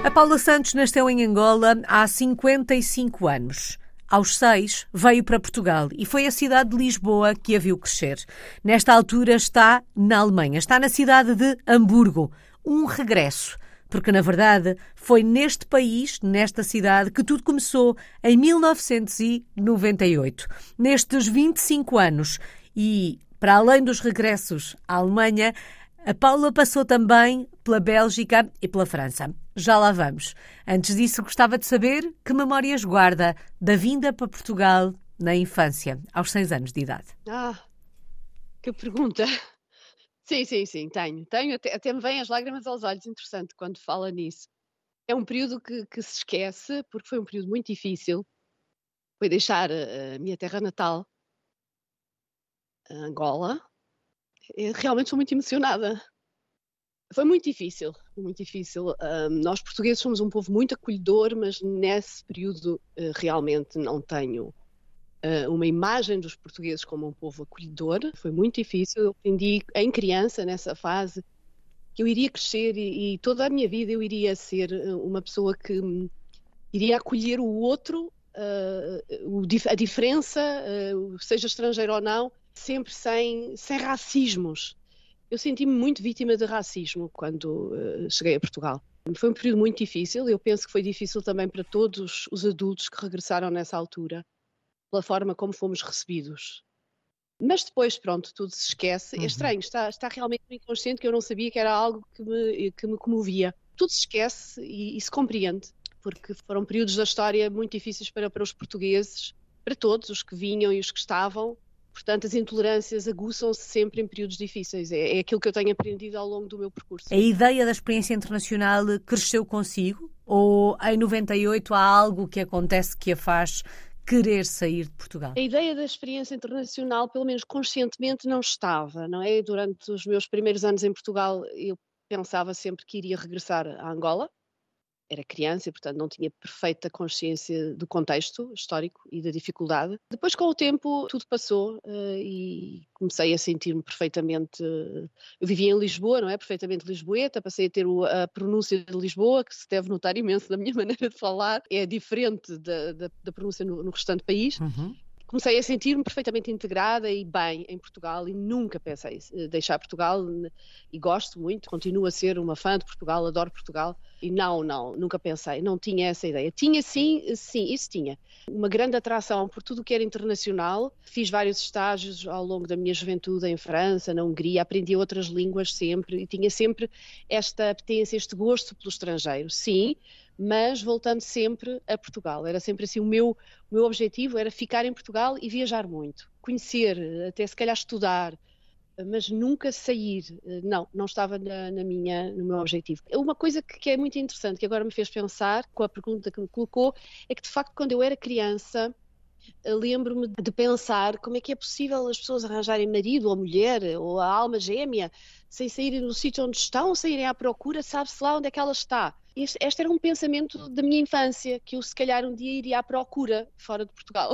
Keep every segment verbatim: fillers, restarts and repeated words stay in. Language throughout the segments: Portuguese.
A Paula Santos nasceu em Angola há cinquenta e cinco anos. Aos seis, veio para Portugal e foi a cidade de Lisboa que a viu crescer. Nesta altura está na Alemanha, está na cidade de Hamburgo. Um regresso, porque na verdade foi neste país, nesta cidade, que tudo começou em mil novecentos e noventa e oito. Nestes vinte e cinco anos e, para além dos regressos à Alemanha, a Paula passou também pela Bélgica e pela França. Já lá vamos. Antes disso, gostava de saber que memórias guarda da vinda para Portugal na infância, aos seis anos de idade. Ah, que pergunta. Sim, sim, sim, tenho. Tenho, até, até me vêm as lágrimas aos olhos, interessante, quando fala nisso. É um período que, que se esquece, porque foi um período muito difícil. Foi deixar a, a minha terra natal, a Angola. Eu realmente estou muito emocionada. Foi muito difícil, muito difícil. Ahm, nós portugueses somos um povo muito acolhedor, mas nesse período eh, realmente não tenho eh, uma imagem dos portugueses como um povo acolhedor. Foi muito difícil. Eu aprendi em criança, nessa fase, que eu iria crescer e, e toda a minha vida eu iria ser eh, uma pessoa que hum, iria acolher o outro, eh, o dif- a diferença, eh, seja estrangeiro ou não, sempre sem, sem racismos. Eu senti-me muito vítima de racismo quando eh, cheguei a Portugal. Foi um período muito difícil, eu penso que foi difícil também para todos os adultos que regressaram nessa altura, pela forma como fomos recebidos. Mas depois, pronto, tudo se esquece. É Uhum. estranho, está, está realmente no inconsciente que eu não sabia que era algo que me, que me comovia. Tudo se esquece e, e se compreende, porque foram períodos da história muito difíceis para, para os portugueses, para todos, os que vinham e os que estavam. Portanto, as intolerâncias aguçam-se sempre em períodos difíceis. É, é aquilo que eu tenho aprendido ao longo do meu percurso. A ideia da experiência internacional cresceu consigo? Ou em noventa e oito há algo que acontece que a faz querer sair de Portugal? A ideia da experiência internacional, pelo menos conscientemente, não estava, não é? Durante os meus primeiros anos em Portugal, eu pensava sempre que iria regressar a Angola. Era criança e, portanto, não tinha perfeita consciência do contexto histórico e da dificuldade. Depois, com o tempo, tudo passou eh, e comecei a sentir-me perfeitamente. eh, Eu vivia em Lisboa, não é? Perfeitamente lisboeta, passei a ter o- a pronúncia de Lisboa, que se deve notar imenso da minha maneira de falar, é diferente da, da- da pronúncia no, no restante país. Uhum. Comecei a sentir-me perfeitamente integrada e bem em Portugal e nunca pensei eh, deixar Portugal n- e gosto muito, continuo a ser uma fã de Portugal, adoro Portugal e não, não, nunca pensei, não tinha essa ideia. Tinha sim, eh, sim, isso tinha. Uma grande atração por tudo o que era internacional. Fiz vários estágios ao longo da minha juventude em França, na Hungria, aprendi outras línguas sempre e tinha sempre esta apetência, este gosto pelo estrangeiro, sim, mas voltando sempre a Portugal. Era sempre assim o meu o meu objetivo era ficar em Portugal e viajar muito, conhecer, até se calhar estudar, mas nunca sair. Não, não estava na, na minha, no meu objetivo. Uma coisa que, que é muito interessante, que agora me fez pensar, com a pergunta que me colocou, é que de facto quando eu era criança, eh, lembro-me de pensar como é que é possível as pessoas arranjarem marido ou mulher ou a alma gêmea sem saírem do sítio onde estão, saírem à procura, sabe-se lá onde é que ela está. Este, este era um pensamento da minha infância, que eu se calhar um dia iria à procura fora de Portugal.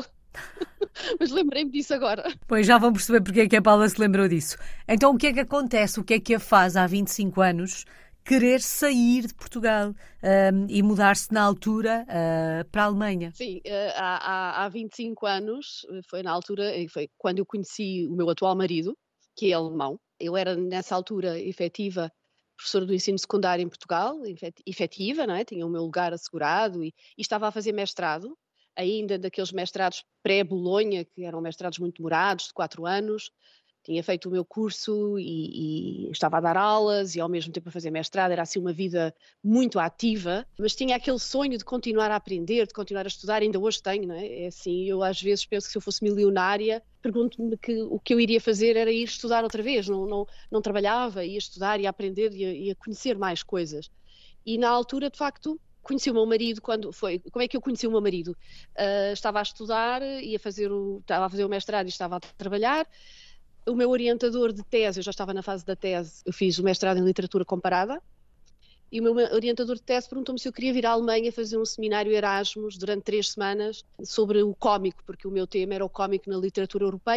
Mas lembrei-me disso agora. Pois já vão perceber porque é que a Paula se lembrou disso. Então o que é que acontece? O que é que a faz há vinte e cinco anos querer sair de Portugal hum, e mudar-se na altura ah, para a Alemanha? Sim, eh, há, há, há vinte e cinco anos, eh, foi na altura, eh, foi quando eu conheci o meu atual marido, que é alemão. Eu era nessa altura efetiva professora do ensino secundário em Portugal, efet- efetiva, não é? Tinha o meu lugar assegurado e, e estava a fazer mestrado, ainda daqueles mestrados pré-Bolonha, que eram mestrados muito demorados, de quatro anos. Tinha feito o meu curso e, e estava a dar aulas e ao mesmo tempo a fazer mestrado, era assim uma vida muito ativa, mas tinha aquele sonho de continuar a aprender, de continuar a estudar, ainda hoje tenho, não é? É assim, eu às vezes penso que se eu fosse milionária, pergunto-me que o que eu iria fazer era ir estudar outra vez, não, não, não trabalhava, ia estudar, ia aprender, ia, ia conhecer mais coisas. E na altura, de facto, conheci o meu marido quando foi. Como é que eu conheci o meu marido? Uh, estava a estudar, ia fazer o, estava a fazer o mestrado e estava a trabalhar. O meu orientador de tese, eu já estava na fase da tese, eu fiz o mestrado em literatura comparada, e o meu orientador de tese perguntou-me se eu queria vir à Alemanha fazer um seminário Erasmus durante três semanas sobre o cómico, porque o meu tema era o cómico na literatura europeia.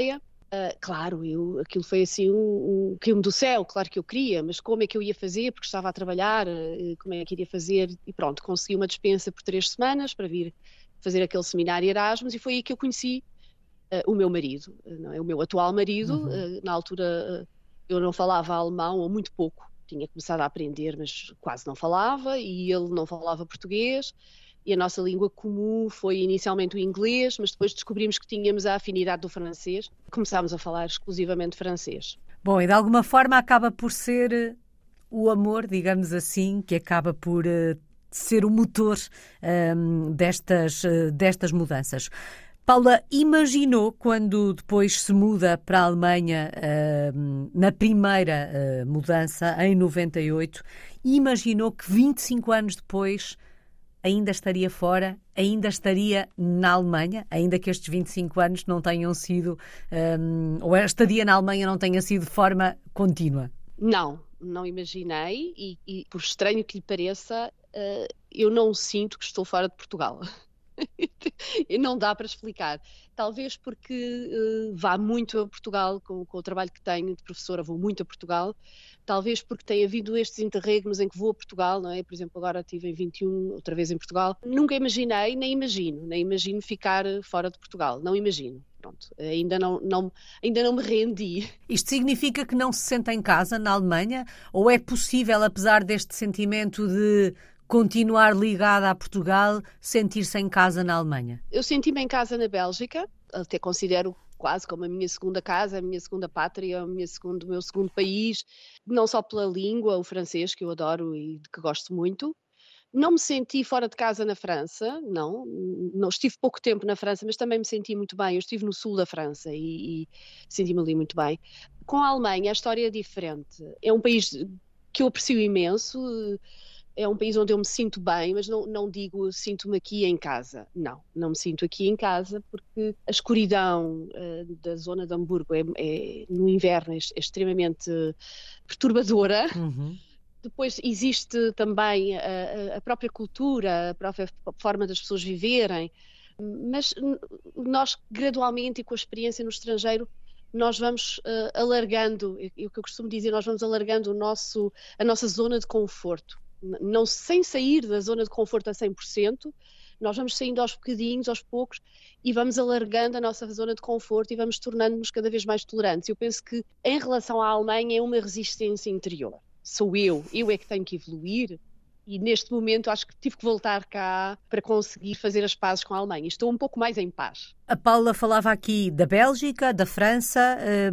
Uh, claro, eu, aquilo foi assim um, um caiu-me do céu, claro que eu queria, mas como é que eu ia fazer, porque estava a trabalhar, uh, como é que iria fazer, e pronto, consegui uma dispensa por três semanas para vir fazer aquele seminário Erasmus, e foi aí que eu conheci uh, o meu marido, uh, não é? O meu atual marido. Uhum. Uh, na altura uh, eu não falava alemão, ou muito pouco, tinha começado a aprender, mas quase não falava, e ele não falava português. E a nossa língua comum foi inicialmente o inglês, mas depois descobrimos que tínhamos a afinidade do francês. Começámos a falar exclusivamente francês. Bom, e de alguma forma acaba por ser o amor, digamos assim, que acaba por uh, ser o motor um, destas, uh, destas mudanças. Paula, imaginou quando depois se muda para a Alemanha, uh, na primeira uh, mudança, em noventa e oito, imaginou que vinte e cinco anos depois ainda estaria fora, ainda estaria na Alemanha, ainda que estes vinte e cinco anos não tenham sido, um, ou a estadia na Alemanha não tenha sido de forma contínua? Não, não imaginei e, e por estranho que lhe pareça, uh, eu não sinto que estou fora de Portugal. E não dá para explicar. Talvez porque uh, vá muito a Portugal, com, com o trabalho que tenho de professora, vou muito a Portugal. Talvez porque tenha havido estes interregnos em que vou a Portugal, não é? Por exemplo, agora estive em vinte e um, outra vez em Portugal. Nunca imaginei, nem imagino, nem imagino ficar fora de Portugal. Não imagino. Pronto, ainda não, não, ainda não me rendi. Isto significa que não se sente em casa na Alemanha? Ou é possível, apesar deste sentimento de continuar ligada a Portugal, sentir-se em casa na Alemanha? Eu senti-me em casa na Bélgica, até considero quase como a minha segunda casa, a minha segunda pátria, a minha segundo, o meu segundo país, não só pela língua, o francês, que eu adoro e que gosto muito. Não me senti fora de casa na França, não, não estive pouco tempo na França, mas também me senti muito bem. Eu estive no sul da França e, e senti-me ali muito bem. Com a Alemanha a história é diferente. É um país que eu aprecio imenso, é um país onde eu me sinto bem, mas não, não digo sinto-me aqui em casa. Não, não me sinto aqui em casa porque a escuridão uh, da zona de Hamburgo é, é, no inverno é, é extremamente perturbadora. Uhum. Depois existe também a, a própria cultura, a própria forma das pessoas viverem, mas nós gradualmente e com a experiência no estrangeiro nós vamos uh, alargando, e o que eu costumo dizer, nós vamos alargando o nosso, a nossa zona de conforto, não sem sair da zona de conforto a cem por cento, nós vamos saindo aos bocadinhos, aos poucos, e vamos alargando a nossa zona de conforto e vamos tornando-nos cada vez mais tolerantes. Eu penso que em relação à Alemanha é uma resistência interior. Sou eu, eu é que tenho que evoluir e neste momento acho que tive que voltar cá para conseguir fazer as pazes com a Alemanha. Estou um pouco mais em paz. A Paula falava aqui da Bélgica, da França,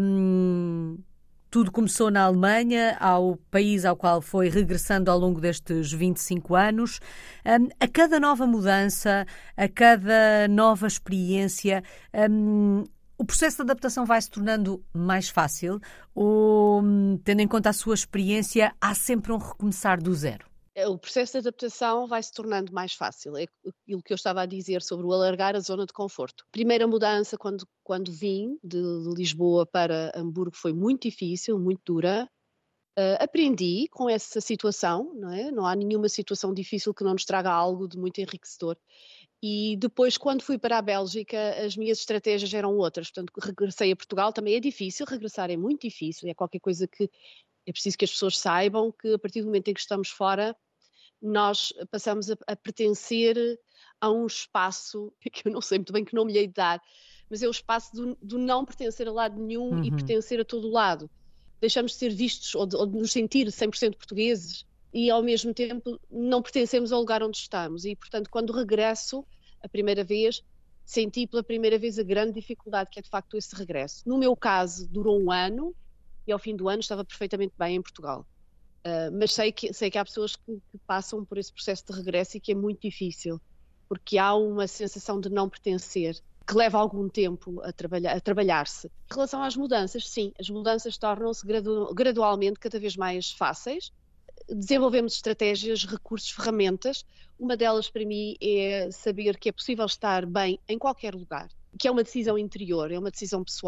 hum, tudo começou na Alemanha, ao país ao qual foi regressando ao longo destes vinte e cinco anos. Hum, a cada nova mudança, a cada nova experiência, hum, o processo de adaptação vai se tornando mais fácil ou, tendo em conta a sua experiência, há sempre um recomeçar do zero? O processo de adaptação vai se tornando mais fácil. É aquilo que eu estava a dizer sobre o alargar a zona de conforto. Primeira mudança, quando, quando vim de, de Lisboa para Hamburgo, foi muito difícil, muito dura. Uh, aprendi com essa situação, não é? Não há nenhuma situação difícil que não nos traga algo de muito enriquecedor. E depois, quando fui para a Bélgica, as minhas estratégias eram outras. Portanto, regressei a Portugal, também é difícil, regressar é muito difícil, é qualquer coisa que é preciso que as pessoas saibam que a partir do momento em que estamos fora, nós passamos a, a pertencer a um espaço, que eu não sei muito bem que nome lhe hei de dar, mas é o espaço do, do não pertencer a lado nenhum Uhum. e pertencer a todo lado. Deixamos de ser vistos ou de, ou de nos sentir cem por cento portugueses e ao mesmo tempo não pertencemos ao lugar onde estamos e, portanto, quando regresso a primeira vez, senti pela primeira vez a grande dificuldade que é de facto esse regresso. No meu caso, durou um ano e ao fim do ano estava perfeitamente bem em Portugal. Uh, mas sei que, sei que há pessoas que, que passam por esse processo de regresso e que é muito difícil, porque há uma sensação de não pertencer, que leva algum tempo a, trabalhar, a trabalhar-se. Em relação às mudanças, sim, as mudanças tornam-se gradu, gradualmente cada vez mais fáceis. Desenvolvemos estratégias, recursos, ferramentas. Uma delas para mim é saber que é possível estar bem em qualquer lugar, que é uma decisão interior, é uma decisão pessoal.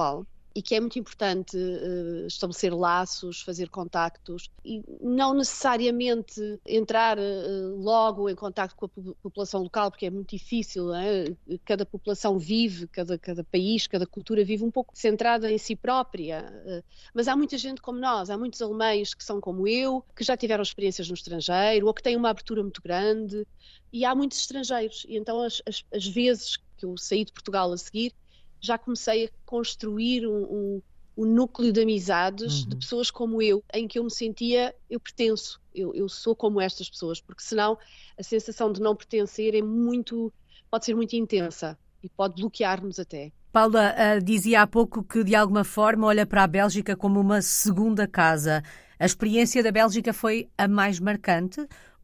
e que é muito importante uh, estabelecer laços, fazer contactos e não necessariamente entrar uh, logo em contacto com a população local, porque é muito difícil, não é? Cada população vive, cada, cada país, cada cultura vive um pouco centrada em si própria, uh, mas há muita gente como nós, há muitos alemães que são como eu, que já tiveram experiências no estrangeiro ou que têm uma abertura muito grande, e há muitos estrangeiros, e então as, as, as vezes que eu saí de Portugal a seguir, já comecei a construir um, um, um núcleo de amizades uhum. de pessoas como eu, em que eu me sentia, eu pertenço, eu, eu sou como estas pessoas, porque senão a sensação de não pertencer é muito, pode ser muito intensa e pode bloquear-nos até. Paula, uh, dizia há pouco que de alguma forma olha para a Bélgica como uma segunda casa. A experiência da Bélgica foi a mais marcante?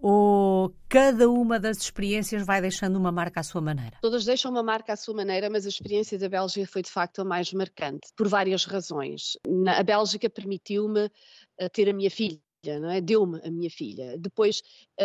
Ou cada uma das experiências vai deixando uma marca à sua maneira? Todas deixam uma marca à sua maneira, mas a experiência da Bélgica foi de facto a mais marcante, por várias razões. Na, a Bélgica permitiu-me uh, ter a minha filha. Não é? Deu-me a minha filha. Depois,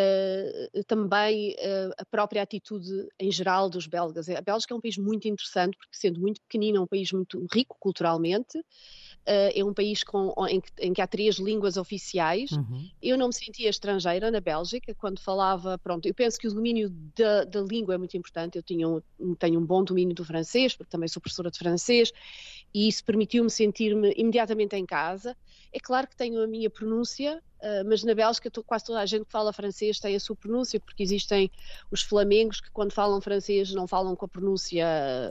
uh, também uh, a própria atitude em geral dos belgas. A Bélgica é um país muito interessante, porque sendo muito pequenino, é um país muito rico culturalmente. Uh, é um país com, em, que, em que há três línguas oficiais. Uhum. Eu não me sentia estrangeira na Bélgica quando falava, pronto, eu penso que o domínio da, da língua é muito importante. Eu tinha um, tenho um bom domínio do francês, porque também sou professora de francês, e isso permitiu-me sentir-me imediatamente em casa. É claro que tenho a minha pronúncia, uh, mas na Bélgica quase toda a gente que fala francês tem a sua pronúncia, porque existem os flamengos que quando falam francês não falam com a pronúncia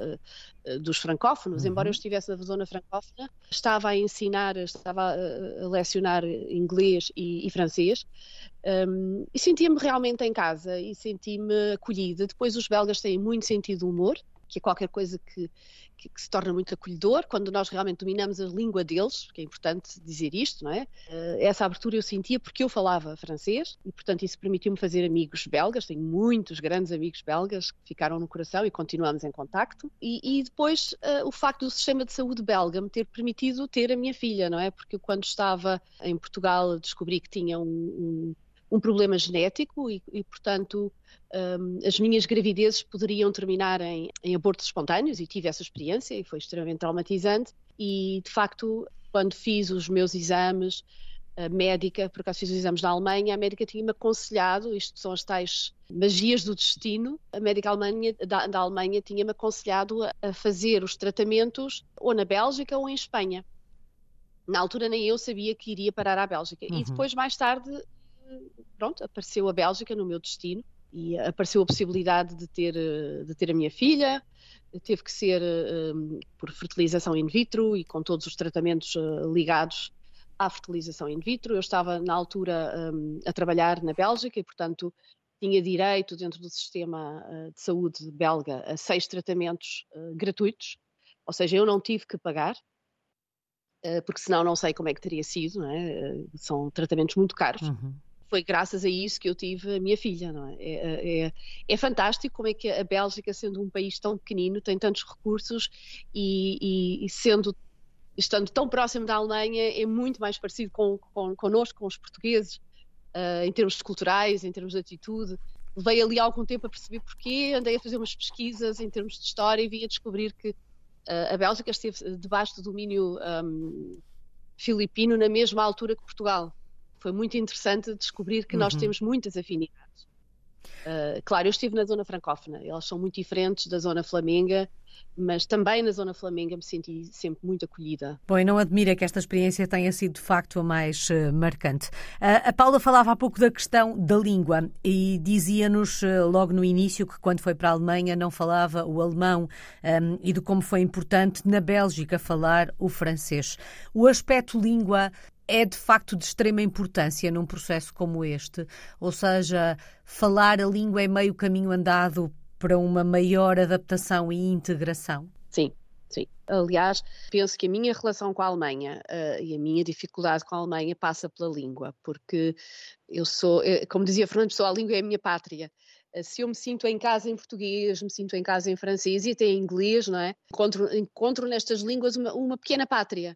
uh, dos francófonos, uhum. Embora eu estivesse na zona francófona, estava a ensinar, estava a, a lecionar inglês e, e francês, um, e sentia-me realmente em casa e senti-me acolhida. Depois os belgas têm muito sentido de humor, que é qualquer coisa que, que, que se torna muito acolhedor, quando nós realmente dominamos a língua deles, que é importante dizer isto, não é? Uh, essa abertura eu sentia porque eu falava francês e, portanto, isso permitiu-me fazer amigos belgas. Tenho muitos grandes amigos belgas que ficaram no coração e continuamos em contacto. E, e depois uh, o facto do sistema de saúde belga me ter permitido ter a minha filha, não é? Porque eu, quando estava em Portugal, descobri que tinha um, um um problema genético e, e portanto, um, as minhas gravidezes poderiam terminar em, em abortos espontâneos, e tive essa experiência e foi extremamente traumatizante. E, de facto, quando fiz os meus exames, a médica, por acaso fiz os exames na Alemanha, a médica tinha-me aconselhado, isto são as tais magias do destino, a médica Alemanha, da, da Alemanha tinha-me aconselhado a, a fazer os tratamentos ou na Bélgica ou em Espanha. Na altura nem eu sabia que iria parar à Bélgica. Uhum. E depois, mais tarde, pronto, apareceu a Bélgica no meu destino e apareceu a possibilidade de ter, de ter a minha filha. Teve que ser um, por fertilização in vitro e com todos os tratamentos uh, ligados à fertilização in vitro. Eu estava na altura um, a trabalhar na Bélgica e, portanto, tinha direito dentro do sistema uh, de saúde belga a seis tratamentos uh, gratuitos, ou seja, eu não tive que pagar, uh, porque senão não sei como é que teria sido, não é? Uh, são tratamentos muito caros. Uhum. Foi graças a isso que eu tive a minha filha, não é? É, é, é fantástico como é que a Bélgica, sendo um país tão pequenino, tem tantos recursos e, e, e sendo, estando tão próximo da Alemanha, é muito mais parecido com, com, connosco, com os portugueses, uh, em termos culturais, em termos de atitude. Levei ali algum tempo a perceber porquê, andei a fazer umas pesquisas em termos de história e vim a descobrir que uh, a Bélgica esteve debaixo do domínio um, filipino na mesma altura que Portugal. Foi muito interessante descobrir que uhum. nós temos muitas afinidades. Uh, claro, eu estive na zona francófona, elas são muito diferentes da zona flamenga, mas também na zona flamenga me senti sempre muito acolhida. Bom, e não admira que esta experiência tenha sido de facto a mais uh, marcante. Uh, a Paula falava há pouco da questão da língua e dizia-nos uh, logo no início que quando foi para a Alemanha não falava o alemão um, e de como foi importante na Bélgica falar o francês. O aspecto língua é de facto de extrema importância num processo como este, ou seja, falar a língua é meio caminho andado para uma maior adaptação e integração? Sim, sim. Aliás, penso que a minha relação com a Alemanha uh, e a minha dificuldade com a Alemanha passa pela língua, porque eu sou, como dizia Fernando Pessoa, a língua é a minha pátria. Se eu me sinto em casa em português, me sinto em casa em francês e até em inglês, não é? Encontro, encontro nestas línguas uma, uma pequena pátria.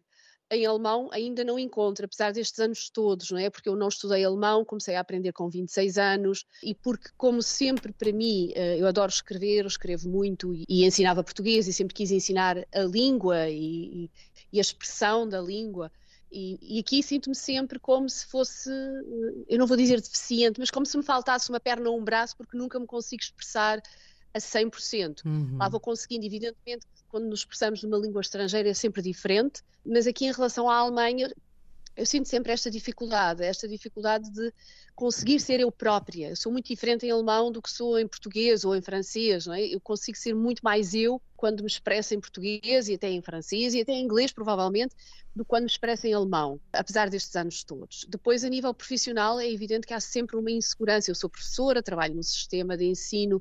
em alemão ainda não encontro, apesar destes anos todos, não é? Porque eu não estudei alemão, comecei a aprender com vinte e seis anos e porque, como sempre para mim, eu adoro escrever, eu escrevo muito e, e ensinava português e sempre quis ensinar a língua e, e, e a expressão da língua. E, e aqui sinto-me sempre como se fosse, eu não vou dizer deficiente, mas como se me faltasse uma perna ou um braço, porque nunca me consigo expressar a cem por cento. Uhum. Lá vou conseguindo, evidentemente, quando nos expressamos numa língua estrangeira é sempre diferente, mas aqui em relação à Alemanha eu sinto sempre esta dificuldade, esta dificuldade de conseguir ser eu própria. Eu sou muito diferente em alemão do que sou em português ou em francês, não é? Eu consigo ser muito mais eu quando me expresso em português e até em francês e até em inglês, provavelmente, do que quando me expresso em alemão, apesar destes anos todos. Depois, a nível profissional, é evidente que há sempre uma insegurança. Eu sou professora, trabalho num sistema de ensino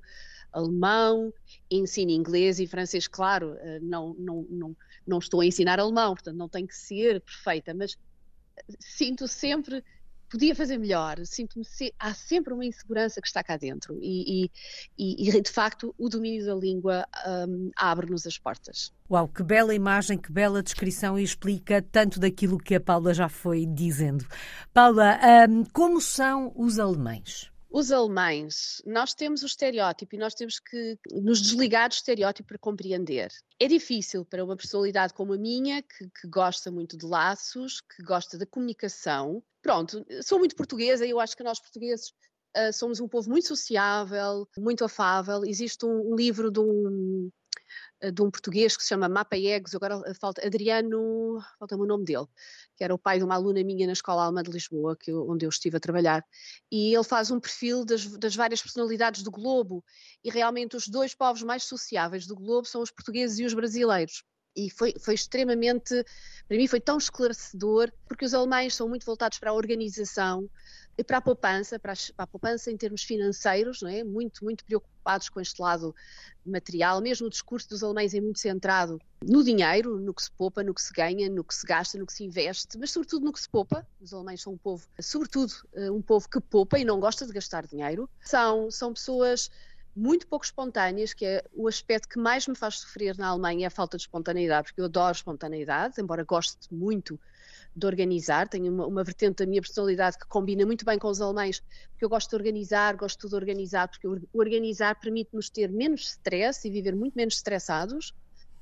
alemão, ensino inglês e francês, claro, não, não, não, não estou a ensinar alemão, portanto não tenho que ser perfeita, mas sinto sempre, podia fazer melhor, sinto-me, se, há sempre uma insegurança que está cá dentro e, e, e de facto o domínio da língua um, abre-nos as portas. Uau, que bela imagem, que bela descrição e explica tanto daquilo que a Paula já foi dizendo. Paula, um, como são os alemães? Os alemães, nós temos o estereótipo e nós temos que nos desligar do estereótipo para compreender. É difícil para uma personalidade como a minha, que, que gosta muito de laços, que gosta da comunicação. Pronto, sou muito portuguesa e eu acho que nós portugueses uh, somos um povo muito sociável, muito afável. Existe um, um livro de um, de um português que se chama Mapa-Egos, agora falta Adriano, falta-me o nome dele, que era o pai de uma aluna minha na Escola Alemã de Lisboa, que eu, onde eu estive a trabalhar, e ele faz um perfil das, das várias personalidades do globo, e realmente os dois povos mais sociáveis do globo são os portugueses e os brasileiros. E foi, foi extremamente, para mim foi tão esclarecedor, porque os alemães são muito voltados para a organização, e para a poupança, para a, para a poupança em termos financeiros, não é? Muito, muito preocupados com este lado material, mesmo o discurso dos alemães é muito centrado no dinheiro, no que se poupa, no que se ganha, no que se gasta, no que se investe, mas sobretudo no que se poupa. Os alemães são um povo, sobretudo um povo que poupa e não gosta de gastar dinheiro. São, são pessoas muito pouco espontâneas, que é o aspecto que mais me faz sofrer na Alemanha, é a falta de espontaneidade, porque eu adoro espontaneidade, embora goste muito de organizar, tenho uma, uma vertente da minha personalidade que combina muito bem com os alemães, porque eu gosto de organizar, gosto de tudo organizado, porque organizar permite-nos ter menos stress e viver muito menos estressados,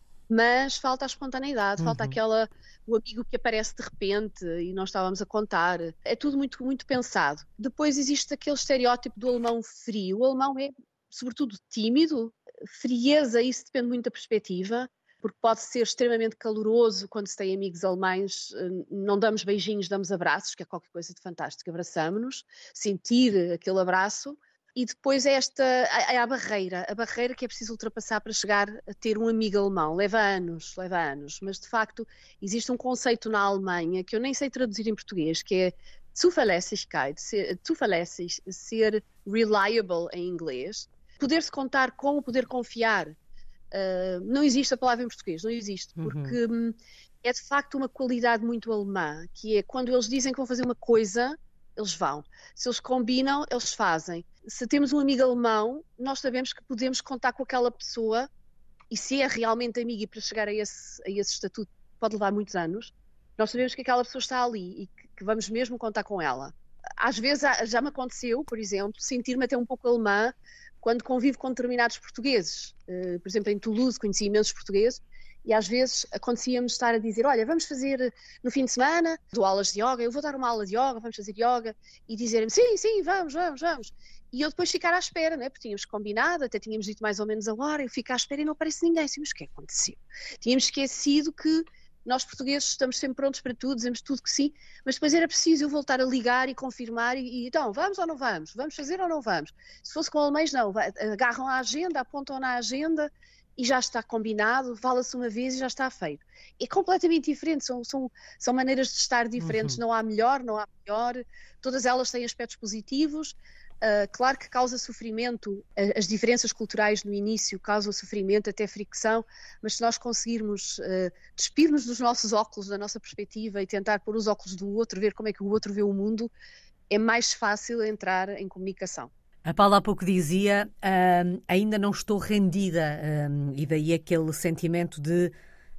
mas falta a espontaneidade, uhum. falta aquela, o amigo que aparece de repente e nós estávamos a contar, é tudo muito, muito pensado. Depois existe aquele estereótipo do alemão frio, o alemão é sobretudo tímido, frieza, isso depende muito da perspectiva, porque pode ser extremamente caloroso quando se tem amigos alemães, não damos beijinhos, damos abraços, que é qualquer coisa de fantástico, abraçamos-nos, sentir aquele abraço, e depois é esta, é a barreira, a barreira que é preciso ultrapassar para chegar a ter um amigo alemão, leva anos, leva anos, mas de facto existe um conceito na Alemanha que eu nem sei traduzir em português, que é Zuverlässigkeit, ser, zuverlässig, ser reliable em inglês, poder-se contar com o poder confiar. Uh, não existe a palavra em português, não existe, porque uhum. é de facto uma qualidade muito alemã, que é quando eles dizem que vão fazer uma coisa, eles vão. Se eles combinam, eles fazem. Se temos um amigo alemão, nós sabemos que podemos contar com aquela pessoa, e se é realmente amigo e para chegar a esse, a esse estatuto pode levar muitos anos, nós sabemos que aquela pessoa está ali e que, que vamos mesmo contar com ela. Às vezes já me aconteceu, por exemplo, sentir-me até um pouco alemã quando convivo com determinados portugueses. Uh, por exemplo, em Toulouse conheci imensos portugueses e às vezes acontecia-me estar a dizer, olha, vamos fazer no fim de semana, dou aulas de yoga, eu vou dar uma aula de yoga, vamos fazer yoga, e dizerem-me, sim, sim, vamos, vamos, vamos. E eu depois ficar à espera, né? Porque tínhamos combinado, até tínhamos dito mais ou menos a hora, eu fico à espera e não aparece ninguém. Assim, mas o que é que aconteceu? Tínhamos esquecido que nós portugueses estamos sempre prontos para tudo, dizemos tudo que sim, mas depois era preciso eu voltar a ligar e confirmar e, e então, vamos ou não vamos? Vamos fazer ou não vamos? Se fosse com alemães, não, vai, agarram a agenda, apontam na agenda e já está combinado, fala-se uma vez e já está feito. É completamente diferente, são, são, são maneiras de estar diferentes, uhum. não há melhor, não há pior, todas elas têm aspectos positivos. Uh, claro que causa sofrimento, as diferenças culturais no início causam sofrimento, até fricção, mas se nós conseguirmos uh, despir-nos dos nossos óculos, da nossa perspectiva e tentar pôr os óculos do outro, ver como é que o outro vê o mundo, é mais fácil entrar em comunicação. A Paula há pouco dizia, uh, ainda não estou rendida, uh, e daí aquele sentimento de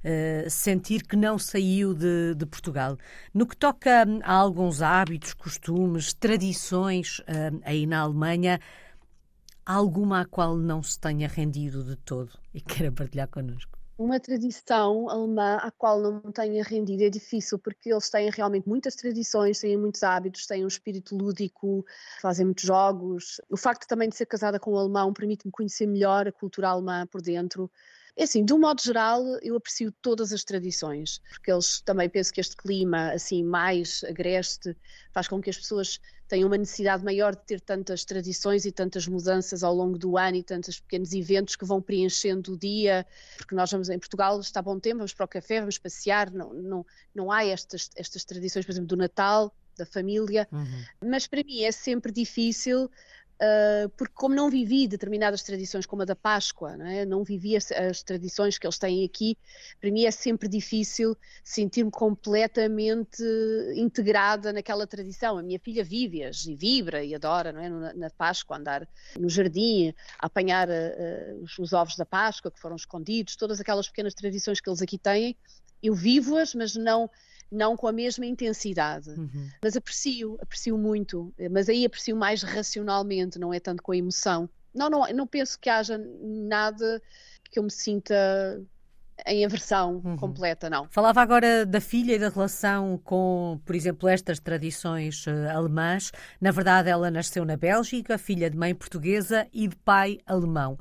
uh, sentir que não saiu de, de Portugal. No que toca a alguns hábitos, costumes, tradições uh, aí na Alemanha, há alguma à qual não se tenha rendido de todo e queira partilhar connosco? Uma tradição alemã à qual não me tenha rendido é difícil, porque eles têm realmente muitas tradições, têm muitos hábitos, têm um espírito lúdico, fazem muitos jogos. O facto também de ser casada com um alemão permite-me conhecer melhor a cultura alemã por dentro. É assim, de um modo geral, eu aprecio todas as tradições, porque eles também penso que este clima assim mais agreste faz com que as pessoas tenham uma necessidade maior de ter tantas tradições e tantas mudanças ao longo do ano e tantos pequenos eventos que vão preenchendo o dia, porque nós vamos em Portugal, está bom tempo, vamos para o café, vamos passear, não, não, não há estas, estas tradições, por exemplo, do Natal, da família, uhum. Mas para mim é sempre difícil. Uh, porque como não vivi determinadas tradições como a da Páscoa, não é? Não vivi as, as tradições que eles têm aqui, para mim é sempre difícil sentir-me completamente integrada naquela tradição. A minha filha vive-as e vibra e adora, não é? Na, na Páscoa, andar no jardim, a apanhar uh, os, os ovos da Páscoa que foram escondidos, todas aquelas pequenas tradições que eles aqui têm, eu vivo-as, mas não... não com a mesma intensidade, uhum. Mas aprecio, aprecio muito, mas aí aprecio mais racionalmente, não é tanto com a emoção. Não, não, não penso que haja nada que eu me sinta em aversão uhum. completa, não. Falava agora da filha e da relação com, por exemplo, estas tradições uh, alemãs. Na verdade, ela nasceu na Bélgica, filha de mãe portuguesa e de pai alemão.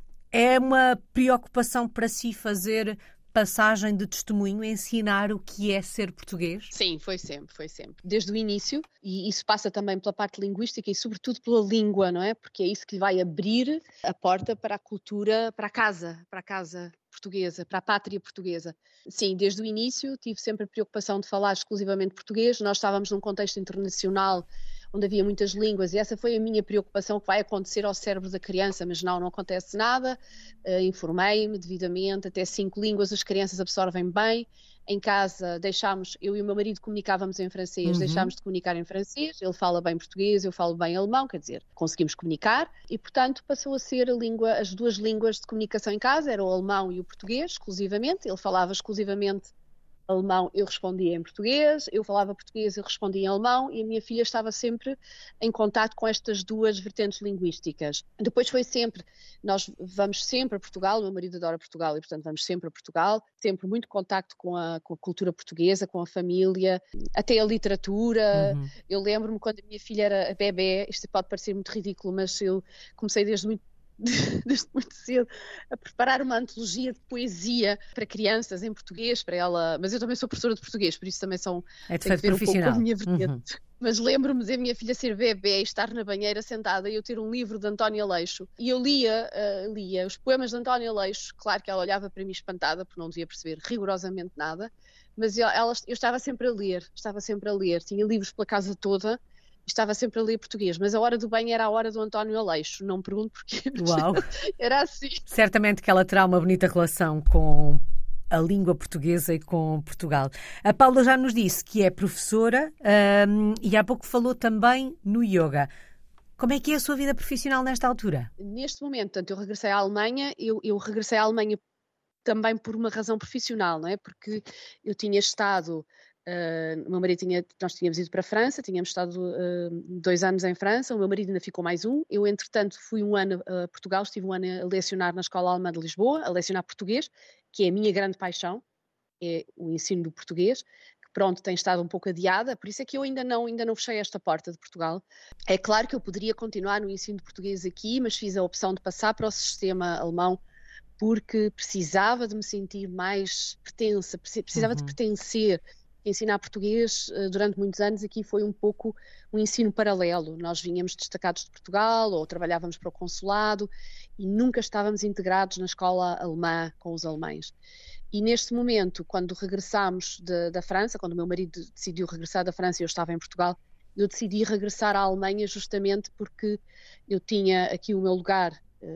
É uma preocupação para si fazer passagem de testemunho, ensinar o que é ser português? Sim, foi sempre, foi sempre. Desde o início, e isso passa também pela parte linguística e sobretudo pela língua, não é? Porque é isso que lhe vai abrir a porta para a cultura, para a casa, para a casa portuguesa, para a pátria portuguesa. Sim, desde o início tive sempre a preocupação de falar exclusivamente português. Nós estávamos num contexto internacional onde havia muitas línguas, e essa foi a minha preocupação, que vai acontecer ao cérebro da criança, mas não, não acontece nada. Uh, informei-me devidamente, até cinco línguas as crianças absorvem bem. Em casa deixámos, eu e o meu marido comunicávamos em francês, uhum. Deixámos de comunicar em francês, ele fala bem português, eu falo bem alemão, quer dizer, conseguimos comunicar, e portanto passou a ser a língua, as duas línguas de comunicação em casa, era o alemão e o português, exclusivamente. Ele falava exclusivamente alemão, eu respondia em português, eu falava português, eu respondia em alemão, e a minha filha estava sempre em contato com estas duas vertentes linguísticas. Depois foi sempre, nós vamos sempre a Portugal, o meu marido adora Portugal e portanto vamos sempre a Portugal, sempre muito contacto com a, com a cultura portuguesa, com a família, até a literatura. Uhum. Eu lembro-me quando a minha filha era bebé, isto pode parecer muito ridículo, mas eu comecei desde muito desde muito cedo, a preparar uma antologia de poesia para crianças em português, para ela, mas eu também sou professora de português, por isso também são, é de feito profissional. Um pouco a minha vertente. Uhum. Mas lembro-me de a minha filha ser bebê e estar na banheira sentada e eu ter um livro de António Aleixo, e eu lia, uh, lia os poemas de António Aleixo. Claro que ela olhava para mim espantada, porque não devia perceber rigorosamente nada, mas eu, ela, eu estava sempre a ler, estava sempre a ler, tinha livros pela casa toda, estava sempre a ler português, mas a hora do banho era a hora do António Aleixo, não me pergunto porquê. Uau. Era assim. Certamente que ela terá uma bonita relação com a língua portuguesa e com Portugal. A Paula já nos disse que é professora um, e há pouco falou também no yoga. Como é que é a sua vida profissional nesta altura? Neste momento, portanto, eu regressei à Alemanha, eu, eu regressei à Alemanha também por uma razão profissional, não é? Porque eu tinha estado... Uh, o meu marido tinha, nós tínhamos ido para a França, tínhamos estado uh, dois anos em França, o meu marido ainda ficou mais um. Eu, entretanto, fui um ano a Portugal, estive um ano a lecionar na Escola Alemã de Lisboa, a lecionar português, que é a minha grande paixão, é o ensino do português, que pronto, tem estado um pouco adiada, por isso é que eu ainda não, ainda não fechei esta porta de Portugal. É claro que eu poderia continuar no ensino de português aqui, mas fiz a opção de passar para o sistema alemão, porque precisava de me sentir mais pertença, precisava uhum. de pertencer. Ensinar português durante muitos anos aqui foi um pouco um ensino paralelo. Nós vinhamos destacados de Portugal ou trabalhávamos para o consulado e nunca estávamos integrados na escola alemã com os alemães. E neste momento, quando regressámos de, da França, quando o meu marido decidiu regressar da França e eu estava em Portugal, eu decidi regressar à Alemanha justamente porque eu tinha aqui o meu lugar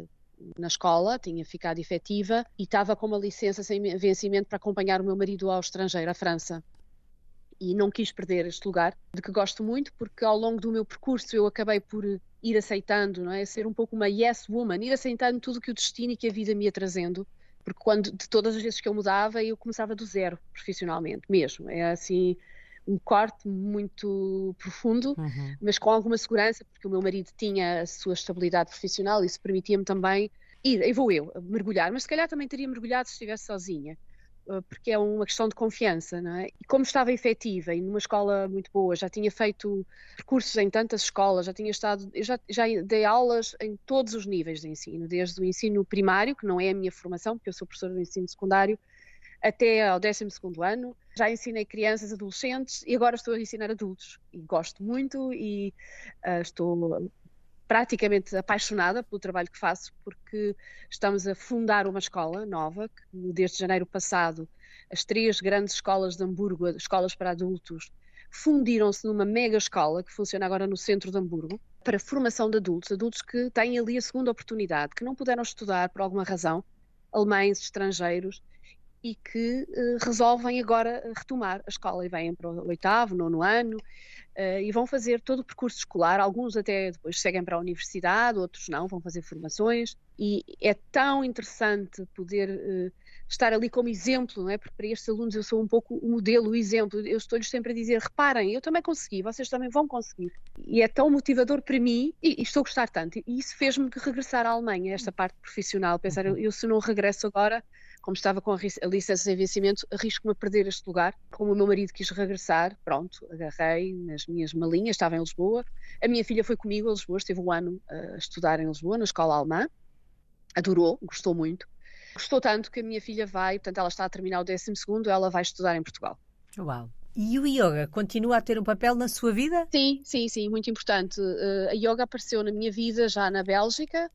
na escola, tinha ficado efetiva e estava com uma licença sem vencimento para acompanhar o meu marido ao estrangeiro, à França. E não quis perder este lugar, de que gosto muito, porque ao longo do meu percurso eu acabei por ir aceitando, não é? Ser um pouco uma yes woman, ir aceitando tudo que o destino e que a vida me ia trazendo. porque quando, de todas as vezes que eu mudava, eu começava do zero, profissionalmente, mesmo. É assim, um corte muito profundo, Uhum. mas com alguma segurança, porque o meu marido tinha a sua estabilidade profissional e isso permitia-me também ir, e vou eu, mergulhar, mas se calhar também teria mergulhado se estivesse sozinha, porque é uma questão de confiança, não é? E como estava efetiva e numa escola muito boa, já tinha feito percursos em tantas escolas, já tinha estado, eu já, já dei aulas em todos os níveis de ensino, desde o ensino primário, que não é a minha formação, porque eu sou professora do ensino secundário, até ao décimo segundo ano. Já ensinei crianças, adolescentes e agora estou a ensinar adultos. E gosto muito e uh, estou praticamente apaixonada pelo trabalho que faço, porque estamos a fundar uma escola nova, que desde janeiro passado as três grandes escolas de Hamburgo, escolas para adultos, fundiram-se numa mega escola que funciona agora no centro de Hamburgo, para formação de adultos, adultos que têm ali a segunda oportunidade, que não puderam estudar por alguma razão, alemães, estrangeiros, e que uh, resolvem agora retomar a escola e vêm para o oitavo, nono ano uh, e vão fazer todo o percurso escolar, alguns até depois seguem para a universidade, outros não, vão fazer formações e é tão interessante poder uh, estar ali como exemplo, não é? Porque para estes alunos eu sou um pouco o modelo, o exemplo, eu estou-lhes sempre a dizer, reparem, eu também consegui, vocês também vão conseguir. E é tão motivador para mim e, e estou a gostar tanto. E isso fez-me regressar à Alemanha, esta parte profissional, pensar, eu, eu se não regresso agora, como estava com a licença de vencimento, arrisco-me a perder este lugar. Como o meu marido quis regressar, pronto, agarrei nas minhas malinhas, estava em Lisboa. A minha filha foi comigo a Lisboa, esteve um ano a estudar em Lisboa, na escola alemã. Adorou, gostou muito. Gostou tanto que a minha filha vai, portanto ela está a terminar o décimo segundo, ela vai estudar em Portugal. Uau! E o yoga continua a ter um papel na sua vida? Sim, sim, sim, muito importante. Uh, a yoga apareceu na minha vida já na Bélgica.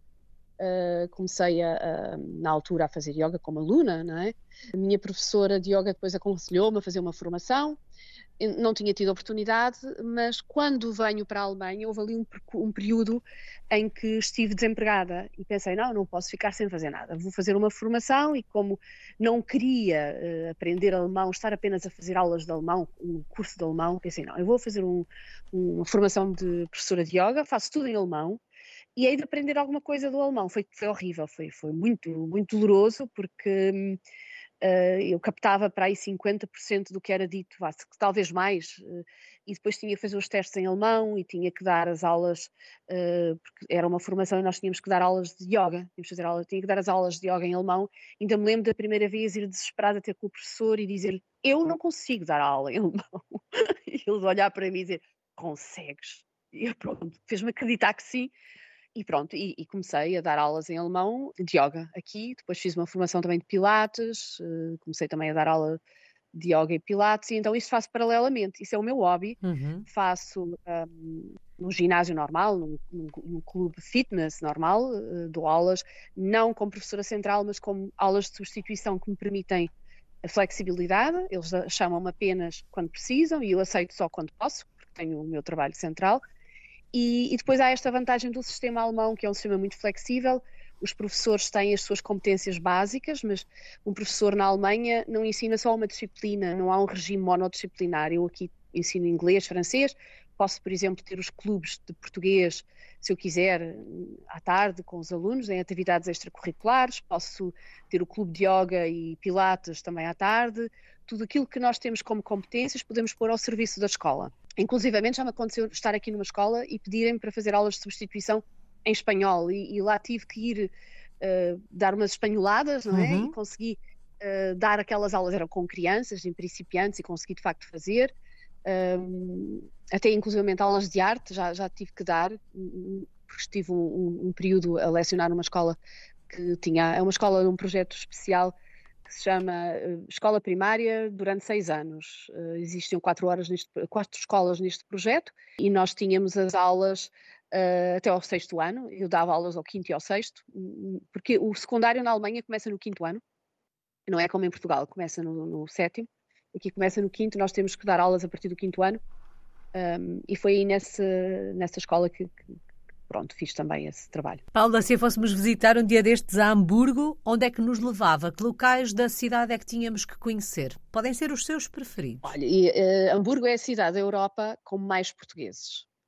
Uh, comecei a, a, na altura a fazer yoga como aluna, não é? A minha professora de yoga depois aconselhou-me a fazer uma formação. Eu não tinha tido oportunidade, mas quando venho para a Alemanha houve ali um, um período em que estive desempregada e pensei, não, não posso ficar sem fazer nada, vou fazer uma formação e como não queria uh, aprender alemão, estar apenas a fazer aulas de alemão, um curso de alemão, pensei, não, eu vou fazer um, uma formação de professora de yoga, faço tudo em alemão, e hei de aprender alguma coisa do alemão. Foi, foi horrível, foi, foi muito, muito doloroso, porque uh, eu captava para aí cinquenta por cento do que era dito, talvez mais, uh, e depois tinha que fazer os testes em alemão e tinha que dar as aulas, uh, porque era uma formação e nós tínhamos que dar aulas de yoga, tínhamos que fazer aulas, tinha que dar as aulas de yoga em alemão. Ainda me lembro da primeira vez ir desesperada ter com o professor e dizer, eu não consigo dar aula em alemão. E eles olhar para mim e dizer, consegues? E eu, pronto, fez-me acreditar que sim. E pronto, e, e comecei a dar aulas em alemão de yoga aqui, depois fiz uma formação também de pilates, uh, comecei também a dar aula de yoga e pilates, e então isso faço paralelamente, isso é o meu hobby, Uhum. faço um, num ginásio normal, num, num, num clube fitness normal, uh, dou aulas, não como professora central, mas como aulas de substituição que me permitem a flexibilidade, eles chamam-me apenas quando precisam e eu aceito só quando posso, porque tenho o meu trabalho central. E, e depois há esta vantagem do sistema alemão, que é um sistema muito flexível. Os professores têm as suas competências básicas, mas um professor na Alemanha não ensina só uma disciplina, não há um regime monodisciplinar. Eu aqui ensino inglês, francês, posso, por exemplo, ter os clubes de português, se eu quiser, à tarde com os alunos, em atividades extracurriculares, posso ter o clube de yoga e pilates também à tarde. Tudo aquilo que nós temos como competências podemos pôr ao serviço da escola. Inclusivamente já me aconteceu estar aqui numa escola e pedirem-me para fazer aulas de substituição em espanhol e, e lá tive que ir uh, dar umas espanholadas, não é? Uhum. E consegui uh, dar aquelas aulas, eram com crianças, em principiantes, e consegui de facto fazer. Um, até inclusivamente aulas de arte já, já tive que dar, porque estive um, um, um período a lecionar numa escola que tinha, é uma escola num projeto especial que se chama uh, Escola Primária durante seis anos. Uh, existiam quatro, horas neste, quatro escolas neste projeto e nós tínhamos as aulas uh, até ao sexto ano. Eu dava aulas ao quinto e ao sexto, porque o secundário na Alemanha começa no quinto ano, não é como em Portugal, começa no, no sétimo. Aqui começa no quinto, nós temos que dar aulas a partir do quinto ano. Um, e foi aí nessa, nessa escola que, que pronto, fiz também esse trabalho. Paula, se fôssemos visitar um dia destes a Hamburgo, onde é que nos levava? Que locais da cidade é que tínhamos que conhecer? Podem ser os seus preferidos. Olha, e, uh, Hamburgo é a cidade da Europa com mais portugueses.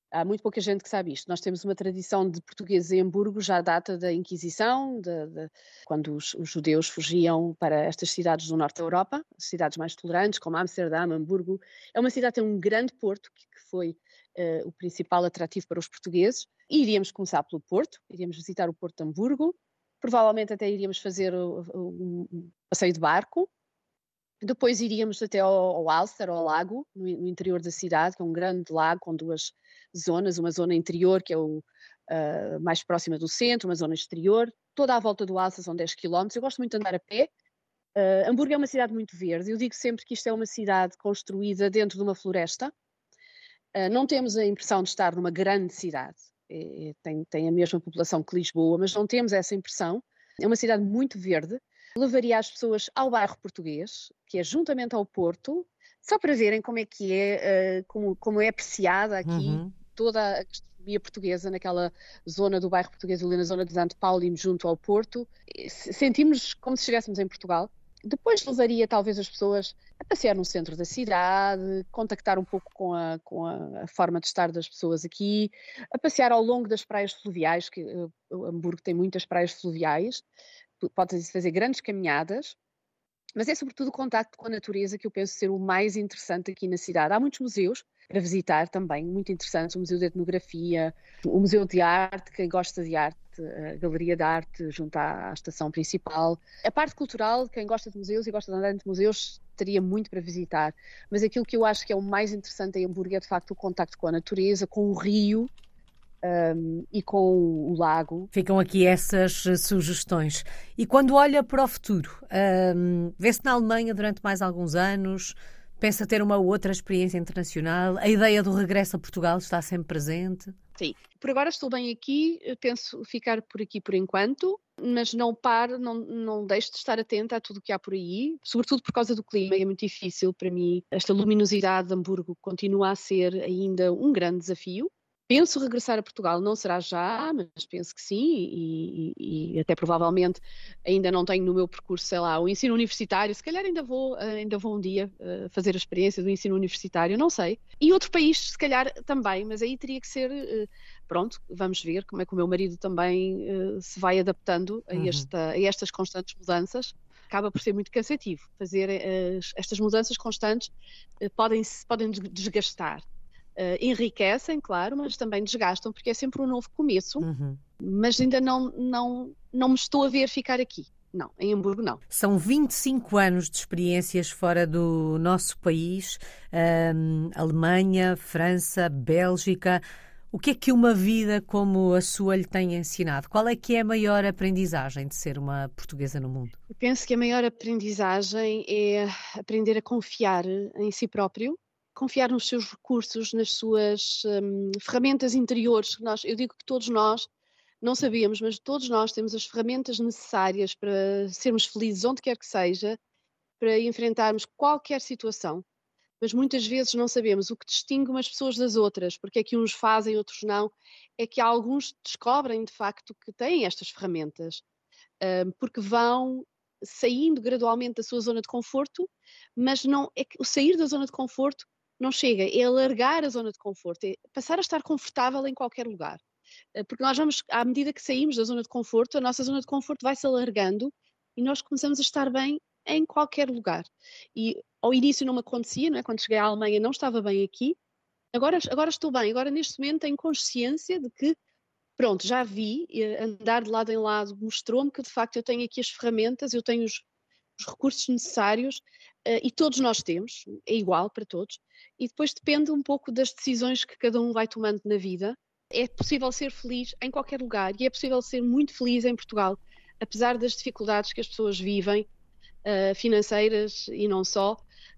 Há muito pouca gente que sabe isto. Nós temos uma tradição de portugueses em Hamburgo, já data da Inquisição, de, de, quando os, os judeus fugiam para estas cidades do norte da Europa, cidades mais tolerantes, como Amsterdã, Hamburgo. É uma cidade que tem um grande porto, que, que foi uh, o principal atrativo para os portugueses. E iríamos começar pelo Porto, iríamos visitar o Porto de Hamburgo, provavelmente até iríamos fazer um, um passeio de barco. Depois iríamos até ao, ao Alster, ao lago, no, no interior da cidade, que é um grande lago com duas zonas, uma zona interior, que é o, uh, mais próxima do centro, uma zona exterior. Toda à volta do Alster são dez quilómetros. Eu gosto muito de andar a pé. Uh, Hamburgo é uma cidade muito verde. Eu digo sempre que isto é uma cidade construída dentro de uma floresta. Uh, não temos a impressão de estar numa grande cidade. É, tem, tem a mesma população que Lisboa, mas não temos essa impressão. É uma cidade muito verde. Levaria as pessoas ao bairro português, que é juntamente ao Porto, só para verem como é que é, uh, como, como é apreciada aqui Uhum. toda a gastronomia portuguesa naquela zona do bairro português, ali na zona de Santo Paulo, junto ao Porto. Sentimos como se estivéssemos em Portugal. Depois levaria talvez as pessoas a passear no centro da cidade, contactar um pouco com a, com a, a forma de estar das pessoas aqui, a passear ao longo das praias fluviais, que uh, Hamburgo tem muitas praias fluviais. Pode-se fazer grandes caminhadas, mas é sobretudo o contacto com a natureza que eu penso ser o mais interessante aqui na cidade. Há muitos museus para visitar também, muito interessantes, o Museu de Etnografia, o Museu de Arte, quem gosta de arte, a Galeria de Arte junto à, à estação principal. A parte cultural, quem gosta de museus e gosta de andar entre museus, teria muito para visitar, mas aquilo que eu acho que é o mais interessante em Hamburgo é de facto o contacto com a natureza, com o rio, Um, e com o lago. Ficam aqui essas sugestões. E quando olha para o futuro, um, vê-se na Alemanha durante mais alguns anos, pensa ter uma outra experiência internacional, a ideia do regresso a Portugal está sempre presente? Sim, por agora estou bem aqui, penso ficar por aqui por enquanto, mas não paro, não, não deixo de estar atenta a tudo o que há por aí, sobretudo por causa do clima, é muito difícil para mim. Esta luminosidade de Hamburgo continua a ser ainda um grande desafio. Penso regressar a Portugal, não será já, mas penso que sim, e, e, e até provavelmente ainda não tenho no meu percurso, sei lá, o ensino universitário, se calhar ainda vou, ainda vou um dia uh, fazer a experiência do ensino universitário, não sei. E outro país, se calhar também, mas aí teria que ser, uh, pronto, vamos ver como é que o meu marido também uh, se vai adaptando a, esta, a estas constantes mudanças. Acaba por ser muito cansativo. Fazer uh, estas mudanças constantes uh, podem, podem desgastar. Uh, enriquecem, claro, mas também desgastam, porque é sempre um novo começo, uhum. Mas ainda não, não, não me estou a ver ficar aqui. Não, em Hamburgo não. São vinte e cinco anos de experiências fora do nosso país, um, Alemanha, França, Bélgica. O que é que uma vida como a sua lhe tem ensinado? Qual é que é a maior aprendizagem de ser uma portuguesa no mundo? Eu penso que a maior aprendizagem é aprender a confiar em si próprio, confiar nos seus recursos, nas suas hum, ferramentas interiores. Nós, eu digo que todos nós, não sabíamos, mas todos nós temos as ferramentas necessárias para sermos felizes onde quer que seja, para enfrentarmos qualquer situação. Mas muitas vezes não sabemos o que distingue umas pessoas das outras, porque é que uns fazem, outros não. É que alguns descobrem, de facto, que têm estas ferramentas, hum, porque vão saindo gradualmente da sua zona de conforto, mas não é que o sair da zona de conforto não chega, é alargar a zona de conforto, é passar a estar confortável em qualquer lugar. Porque nós vamos, à medida que saímos da zona de conforto, a nossa zona de conforto vai se alargando e nós começamos a estar bem em qualquer lugar. E ao início não me acontecia, não é? Quando cheguei à Alemanha não estava bem aqui, agora, agora estou bem, agora neste momento tenho consciência de que, pronto, já vi, andar de lado em lado mostrou-me que de facto eu tenho aqui as ferramentas, eu tenho os, os recursos necessários, uh, e todos nós temos, é igual para todos, e depois depende um pouco das decisões que cada um vai tomando na vida. É possível ser feliz em qualquer lugar e é possível ser muito feliz em Portugal, apesar das dificuldades que as pessoas vivem, uh, financeiras e não só.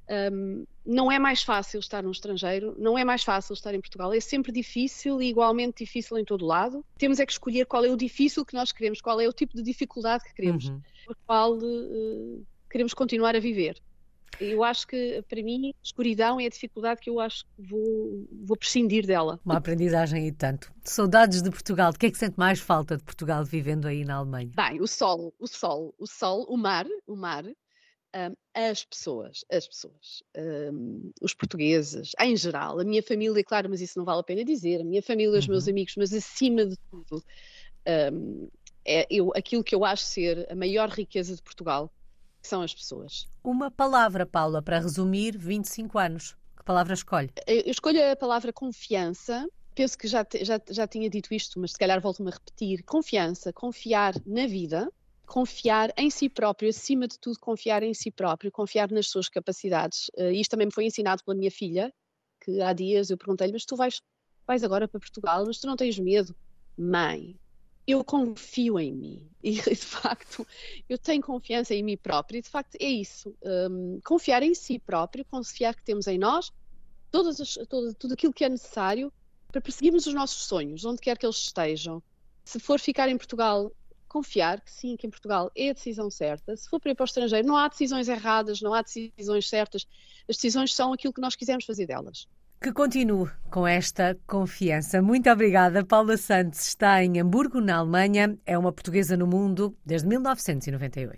Um, não é mais fácil estar no estrangeiro, não é mais fácil estar em Portugal, é sempre difícil e igualmente difícil em todo lado. Temos é que escolher qual é o difícil que nós queremos, qual é o tipo de dificuldade que queremos, uhum. por qual uh, queremos continuar a viver. Eu acho que, para mim, a escuridão é a dificuldade que eu acho que vou, vou prescindir dela. Uma aprendizagem e tanto. Saudades de Portugal. De que é que sente mais falta de Portugal vivendo aí na Alemanha? Bem, o sol, o sol, o sol, o mar, o mar. Um, as pessoas, as pessoas, um, os portugueses, em geral, a minha família, claro, mas isso não vale a pena dizer, a minha família, os meus Uhum. amigos, mas acima de tudo, um, é eu, aquilo que eu acho ser a maior riqueza de Portugal, que são as pessoas. Uma palavra, Paula, para resumir vinte e cinco anos. Que palavra escolhe? Eu escolho a palavra confiança. Penso que já, já, já tinha dito isto, mas se calhar volto-me a repetir. Confiança, confiar na vida, confiar em si próprio, acima de tudo confiar em si próprio, confiar nas suas capacidades. Uh, isto também me foi ensinado pela minha filha, que há dias eu perguntei-lhe, mas tu vais, vais agora para Portugal, mas tu não tens medo? Mãe, eu confio em mim e de facto eu tenho confiança em mim própria e de facto é isso, um, confiar em si próprio, confiar que temos em nós todas as, todo, tudo aquilo que é necessário para perseguirmos os nossos sonhos, onde quer que eles estejam. Se for ficar em Portugal, confiar que sim, que em Portugal é a decisão certa. Se for para ir para o estrangeiro, não há decisões erradas, não há decisões certas. As decisões são aquilo que nós quisermos fazer delas. Que continue com esta confiança. Muito obrigada. Paula Santos está em Hamburgo, na Alemanha. É uma portuguesa no mundo desde mil novecentos e noventa e oito.